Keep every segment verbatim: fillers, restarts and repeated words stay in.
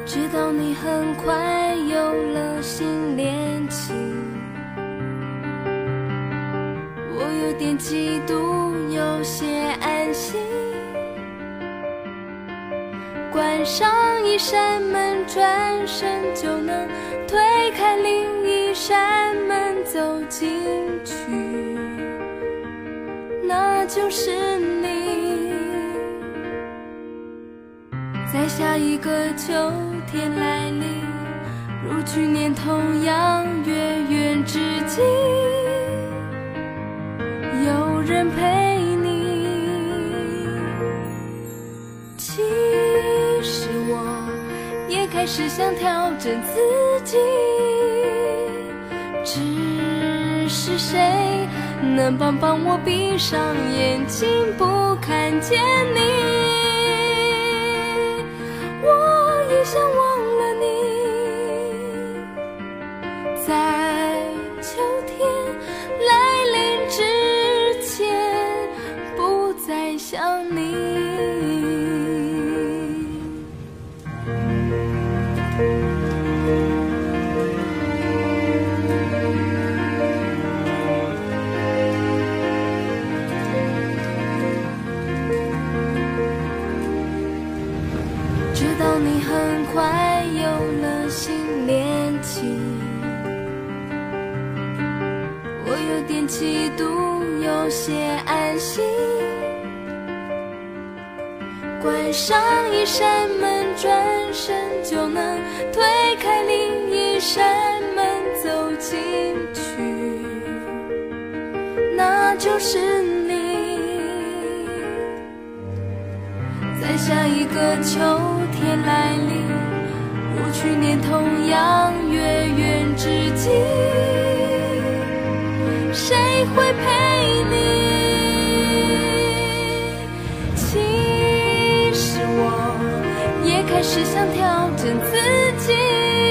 知道你很快有了新恋情，我有点嫉妒，有些安心。关上一扇门，转身就能推开另一扇门走进去，那就是你。在下一个秋天来临，如去年同样月圆之际，有人陪你。其实我也开始想调整自己，只是谁能帮帮我闭上眼睛不看见你。我也想忘了你，在秋天来临之前不再想你。知道你很快有了新恋情，我有点嫉妒，有些安心。关上一扇门，转身就能推开另一扇门走进去，那就是你。在下一个秋天来临，如去年同样月圆之际，谁会陪你？其实我也开始想调整自己，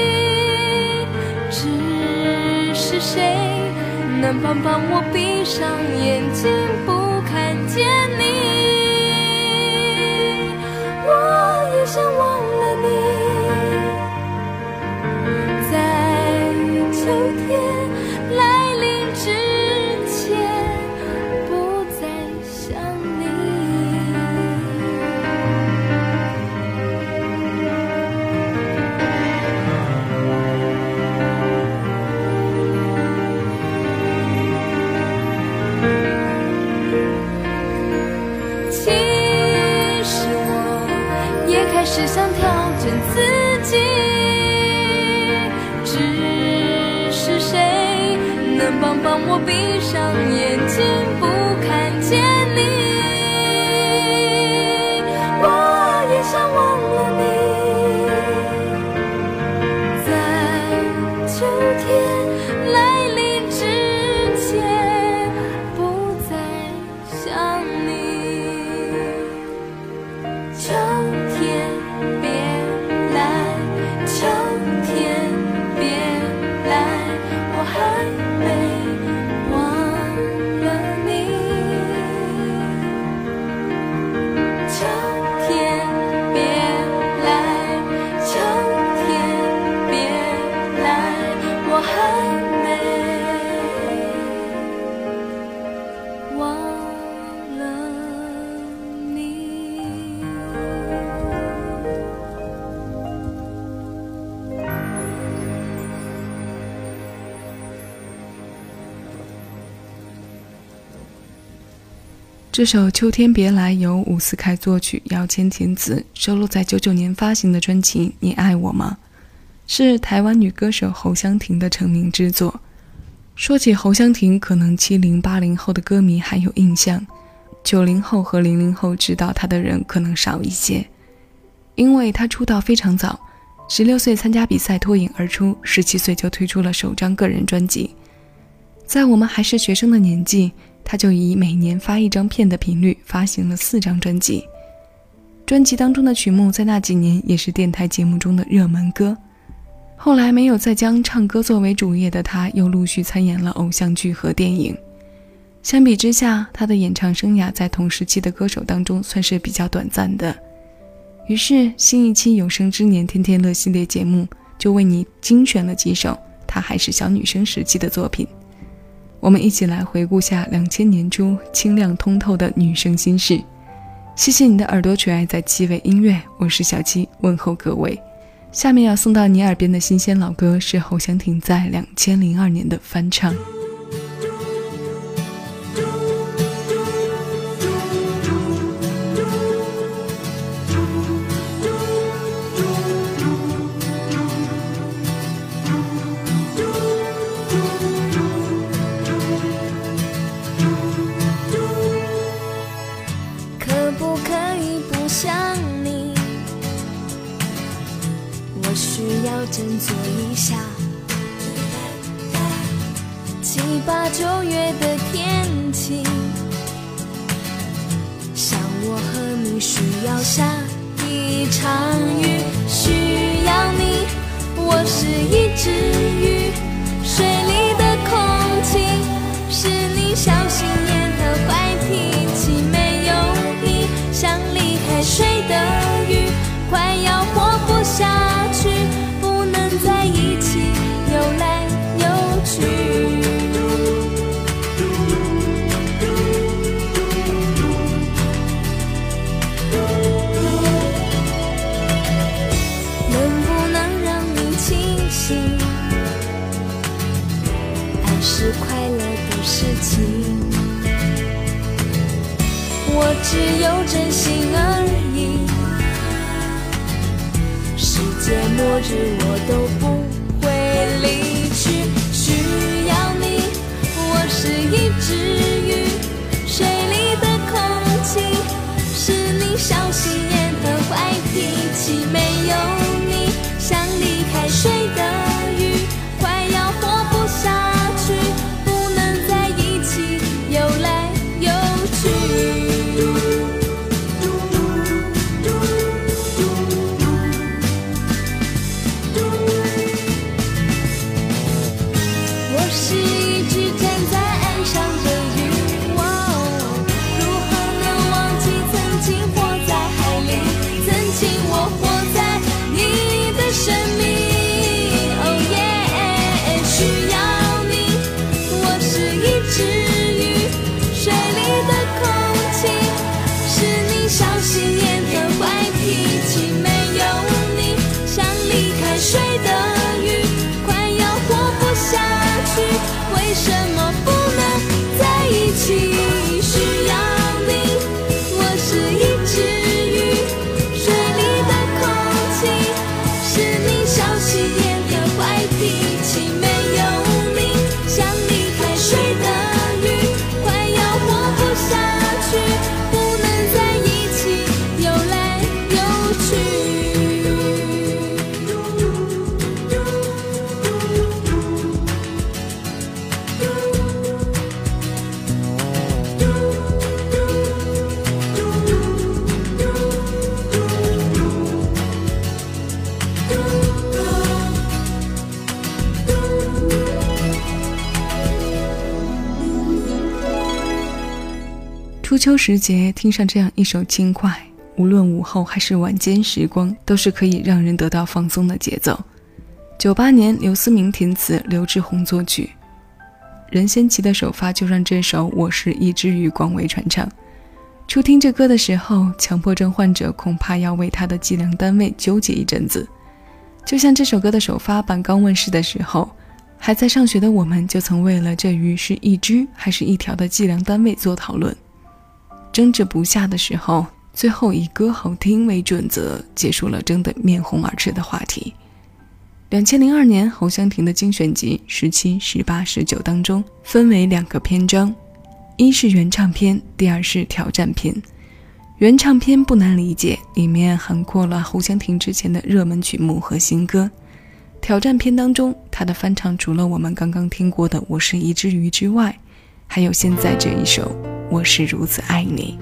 只是谁能帮帮我闭上眼睛不看见你。我也想忘了你，在秋天来临之前不再想你。其实我也开始想调整自己，只是谁能帮帮我闭上眼睛不看见你。我也想忘了你，在秋天来临之前不再想你。秋天别来，秋天别来，我还没忘了你。秋天别来，秋天别来，我还没忘了你。 这首《秋天别来》由伍思凯作曲，姚谦填词，收录在九九年发行的专辑《你爱我吗》，是台湾女歌手侯湘婷的成名之作。说起侯湘婷，可能七零八零后的歌迷还有印象，九零后和零零后知道她的人可能少一些，因为她出道非常早，十六岁参加比赛脱颖而出，十七岁就推出了首张个人专辑。在我们还是学生的年纪，他就以每年发一张片的频率发行了四张专辑。专辑当中的曲目在那几年也是电台节目中的热门歌。后来没有再将唱歌作为主业的他，又陆续参演了偶像剧和电影。相比之下，他的演唱生涯在同时期的歌手当中算是比较短暂的。 于是新一期有生之年天天乐系列节目就为你精选了几首她还是小女生时期的作品。我们一起来回顾下两千年初清亮通透的女生心事。谢谢你的耳朵垂爱在七尾音乐，我是小七，问候各位。下面要送到你耳边的新鲜老歌是侯湘婷在两千零二年的翻唱。 可不可以不想你？我需要振作一下。七八九月的天气，像我和你需要下一场雨，需要你。我是一只鱼，水里的空气是你小心眼和坏脾气，没有你像离开水的鱼，快要活不下去，不能在一起游来游去。能不能让你清醒？爱是快乐的事情，我只有真心而已。世界末日我都不会离去，需要你。我是一只鱼，水里的空气是你小心眼和坏脾气，没有你像离开水的鱼，快要活不下去，不能在一起游来游去。我是一只站在岸上的鱼，哦，如何能忘记曾经活在海里，曾经我活在你的生命，哦耶，需要你。我是一只鱼，水里的空气是你小心眼和坏脾气，没有你像离开水的鱼，快要活不下去，为什么不能在一起？需要你。我是一只鱼，水里的空气是你小心眼和坏脾气，没有你像离开水的鱼，快要活不下去，不能在一起游来游去。 初秋时节，听上这样一首轻快，无论午后还是晚间时光，都是可以让人得到放松的节奏。九八年，刘思明填词，刘志宏作曲，任贤齐的首发就让这首《我是一只鱼》广为传唱。初听这歌的时候，强迫症患者恐怕要为他的计量单位纠结一阵子。就像这首歌的首发版刚问世的时候，还在上学的我们就曾为了这鱼是一只还是一条的计量单位做讨论。争执不下的时候，最后以歌好听为准则，结束了争得面红耳赤的话题。两千零二年，侯湘婷的精选集十七、十八、十九当中分为两个篇章，一是原唱篇，第二是挑战篇。原唱篇不难理解，里面涵括了侯湘婷之前的热门曲目和新歌。挑战篇当中，她的翻唱除了我们刚刚听过的《我是一只鱼》之外，还有现在这一首《我是如此爱你》。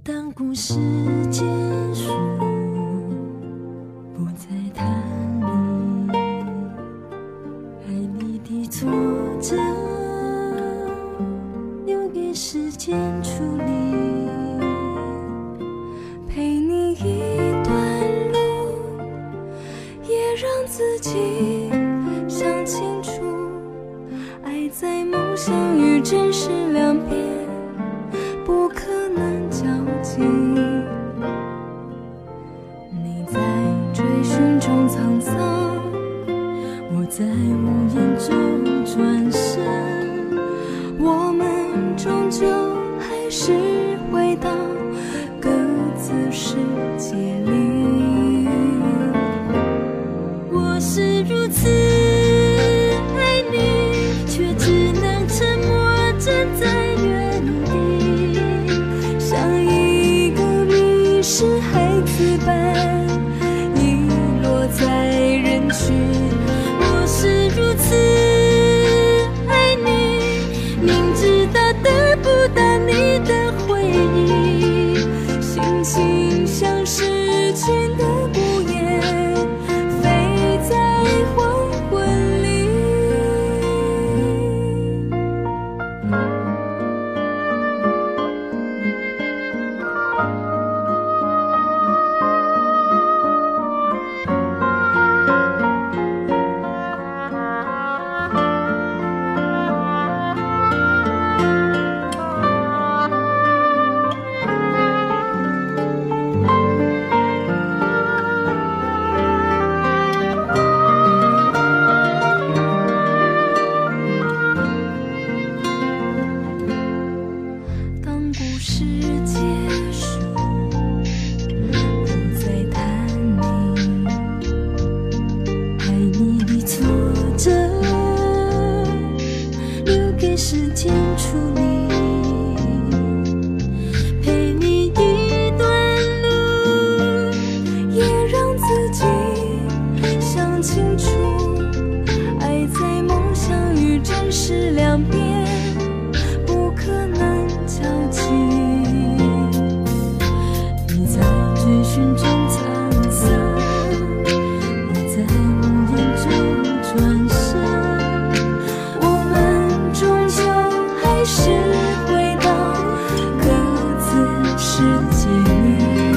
当故事结束，不再谈你，爱你的挫折留给时间处理，陪你一段路，也让自己想清楚，爱在梦想与真实两边不可能交集，你在追寻中沧桑，我在无言中转身，我们终究还是回到各自世界里。我是如此爱你，却只能沉默站在原地，像一个迷失孩子般遗落在人群。我是如此爱你，明知道得不到你的回忆，心情像失去的孤雁，飞在黄昏里。当故事结束，不再谈你，爱你的挫折留给时间处理，陪你一段路，也让自己想清楚，爱在梦想与真实两边不可能交集，你在追寻中沧桑，我在无言中转身，我们终究还是回到各自世界里。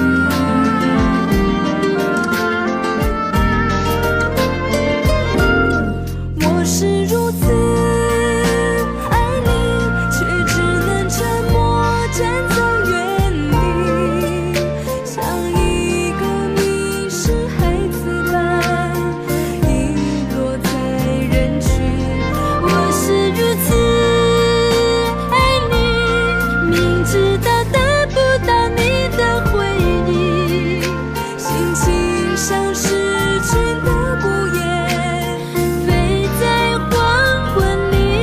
我是如此爱你，却只能沉默站在原地，像一个迷失孩子般遗落在人群。我是如此爱你，明知道得不到你的回忆，心情像失去的孤雁，飞在黄昏里。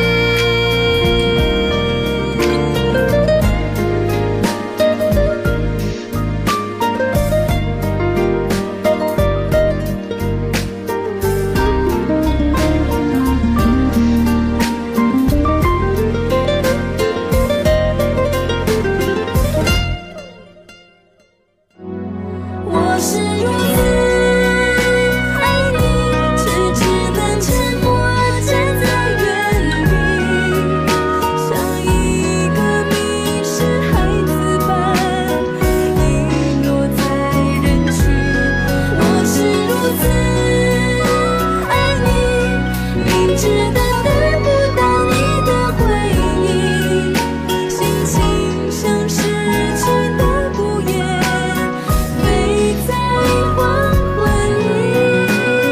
我是如此爱你，却只能沉默站在原地，像一个迷失孩子般遗落在人群。我是如此爱你，明知道得不到你的回忆，心情像失去的孤雁，飞在黄昏里。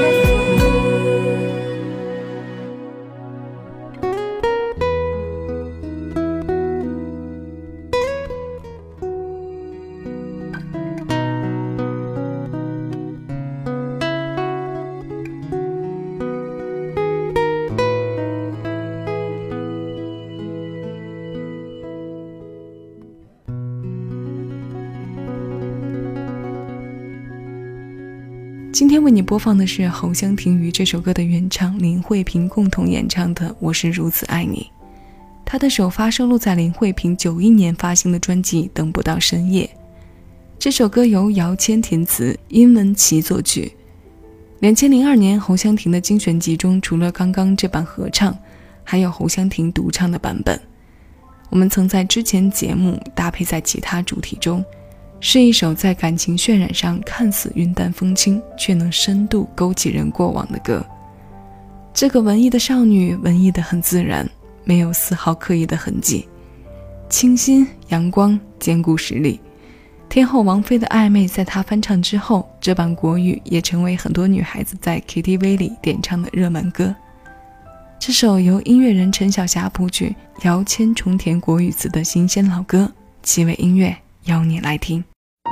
今天为你播放的是侯湘婷与这首歌的原唱林慧萍共同演唱的《我是如此爱你》。 他的首发收录在林慧萍九一年发行的专辑《等不到深夜》。这首歌由姚谦填词，殷文琪作曲。二零零二年侯湘婷的精选集中，除了刚刚这版合唱，还有侯湘婷独唱的版本。我们曾在之前节目搭配在其他主题中，是一首在感情渲染上看似云淡风轻，却能深度勾起人过往的歌。这个文艺的少女，文艺的很自然，没有丝毫刻意的痕迹，清新阳光，兼顾实力。天后王菲的暧昧在她翻唱之后，这版国语也成为很多女孩子在 K T V 里点唱的热门歌。这首由音乐人陈小霞谱曲，姚谦重填国语词的新鲜老歌，七味音乐邀你来听。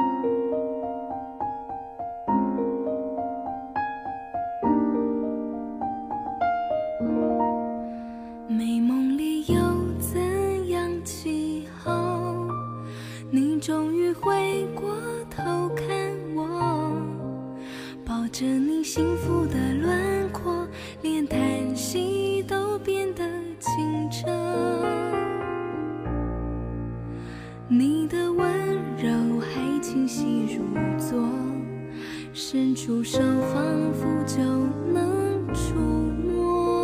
美梦里有怎样气候，你终于回过头看我，抱着你幸福的轮廓，连叹息都变得清澈。你的温柔还清晰如昨，伸出手仿佛就能触摸。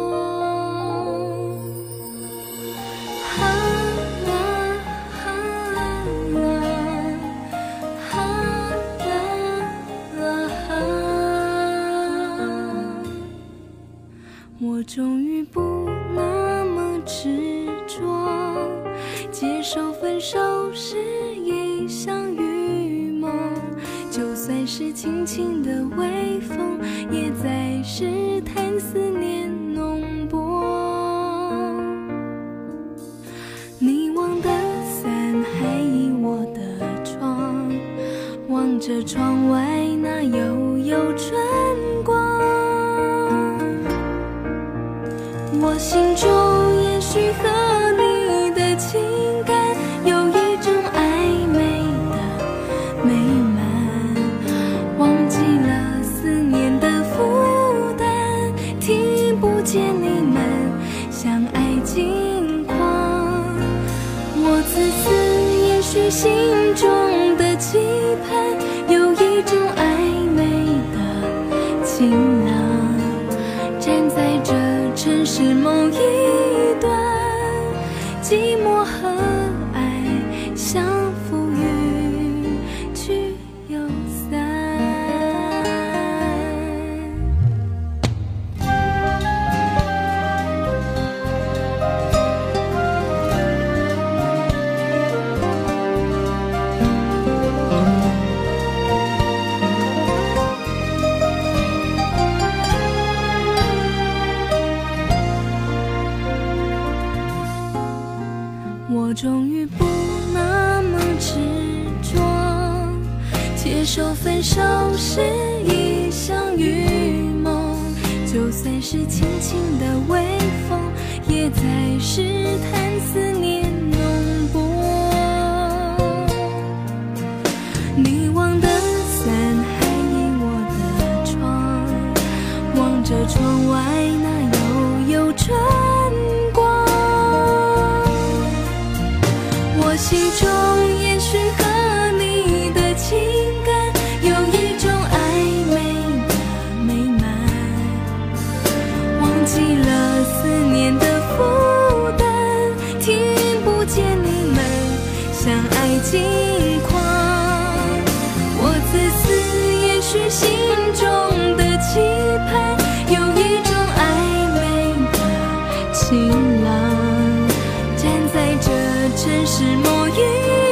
我终于不那么执着，接受分手是一场预谋，就算是轻轻的微风，也在试探思念浓薄。你忘的伞还倚我的窗，望着窗外那悠悠春光。我心中也许和你的情感有一种暧昧的美满，忘记了思念的负担，听不见你们相爱近况。我自私，也许心中的期盼有一种暧昧的晴朗，站在这城市某一端，寂寞和爱相扶与去又散。我终于不那么执着，接受分手是一场预谋，就算是轻轻的微风，也在试探思念浓薄。你忘的伞还倚我的窗，望着窗外那悠悠春光。我心中也许和你的情感有一种暧昧的美满，忘记了思念的负担，听不见你们相爱近况。我自私，也许心中的期盼有一种暧昧的晴朗，站在这城市某一